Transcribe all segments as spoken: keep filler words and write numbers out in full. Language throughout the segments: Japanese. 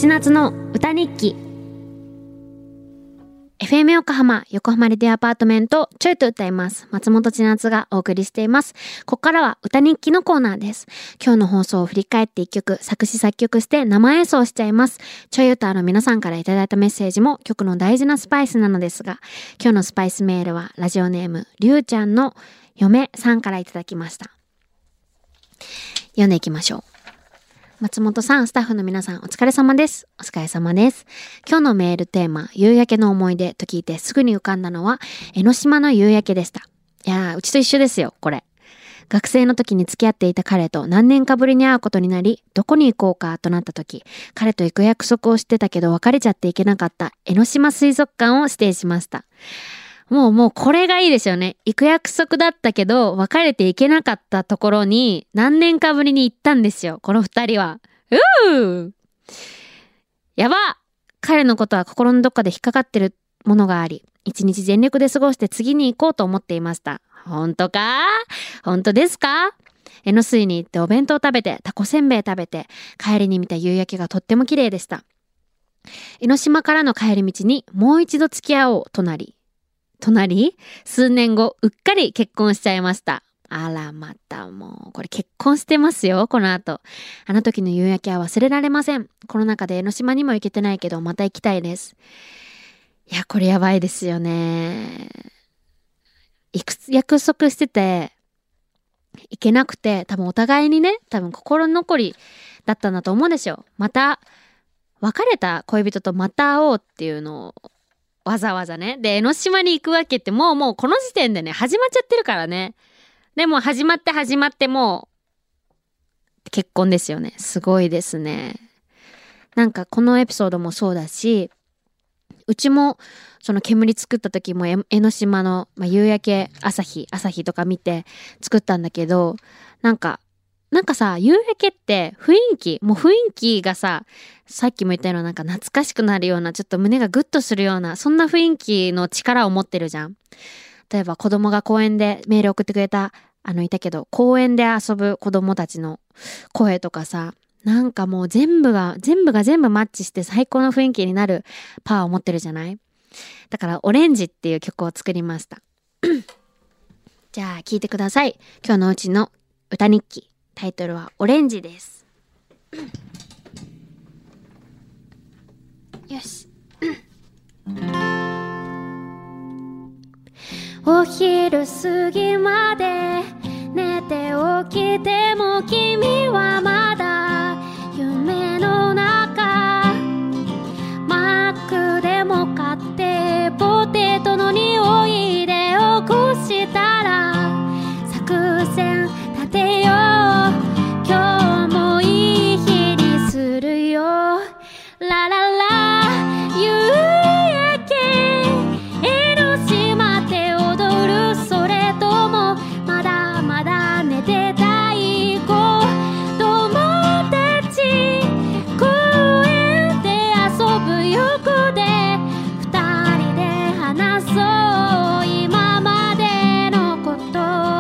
千夏の歌日記。 エフエム 横浜横浜レディアアパートメントちょいと歌います松本千夏がお送りしています。ここからは歌日記のコーナーです。今日の放送を振り返っていっきょく作詞作曲して生演奏しちゃいます。ちょい歌の皆さんからいただいたメッセージも曲の大事なスパイスなのですが、今日のスパイスメールはラジオネームりゅうちゃんの嫁さんからいただきました。読んでいきましょう。松本さん、スタッフの皆さん、お疲れ様です。お疲れ様です。今日のメールテーマ、夕焼けの思い出と聞いてすぐに浮かんだのは、江ノ島の夕焼けでした。いやー、うちと一緒ですよ、これ。学生の時に付き合っていた彼と何年かぶりに会うことになり、どこに行こうかとなった時、彼と行く約束をしてたけど別れちゃっていけなかった江ノ島水族館を指定しました。もうもうこれがいいですよね。行く約束だったけど別れていけなかったところに何年かぶりに行ったんですよ、この二人は。うーやば、彼のことは心のどっかで引っかかってるものがあり、一日全力で過ごして次に行こうと思っていました。本当か？本当ですか？江ノ水に行ってお弁当食べて、タコせんべい食べて、帰りに見た夕焼けがとっても綺麗でした。江ノ島からの帰り道にもう一度付き合おうとなり、隣数年後うっかり結婚しちゃいました。あらまたもうこれ結婚してますよ、この後。あの時の夕焼けは忘れられません。この中で江ノ島にも行けてないけどまた行きたいです。いやこれやばいですよね。いくつ約束してて行けなくて、多分お互いにね、多分心残りだったんだと思うんですよ。また別れた恋人とまた会おうっていうのをわざわざね。で、江ノ島に行くわけってもうもうこの時点でね、始まっちゃってるからね。でも始まって始まってもう結婚ですよね。すごいですね。なんかこのエピソードもそうだし、うちもその煙作った時も江ノ島の、まあ、夕焼け朝日朝日とか見て作ったんだけど、なんかなんかさ、夕焼けって雰囲気、もう雰囲気がさ、さっきも言ったようななんか懐かしくなるような、ちょっと胸がグッとするような、そんな雰囲気の力を持ってるじゃん。例えば子供が公園でメール送ってくれた、あのいたけど、公園で遊ぶ子供たちの声とかさ、なんかもう全部が、全部が全部マッチして最高の雰囲気になるパワーを持ってるじゃない？だからオレンジっていう曲を作りました。じゃあ聴いてください。今日のうちの歌日記。タイトルはオレンジです。よし。お昼過ぎまで寝て起きても君はまだ夢の中。マックでも買ってポテトの匂いで起こしたら作戦立てよう。今日もいい日にするよ。ラララ夕焼け江ノ島で踊る。それともまだまだ寝てたい子供たち。公園で遊ぶ横で二人で話そう今までのこと。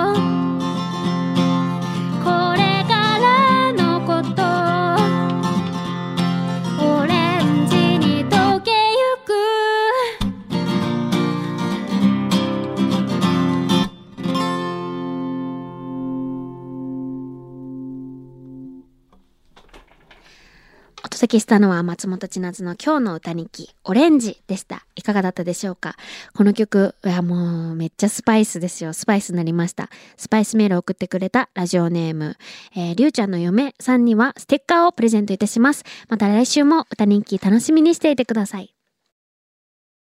これからのことオレンジに溶けゆく。お届けしたのは松本千夏の今日の歌日記オレンジでした。いかがだったでしょうか？この曲はもうめっちゃスパイスですよ。スパイスになりました。スパイスメールを送ってくれたラジオネーム、えー、りゅうちゃんの嫁さんにはステッカーをプレゼントいたします。また来週も歌日記楽しみにしていてください。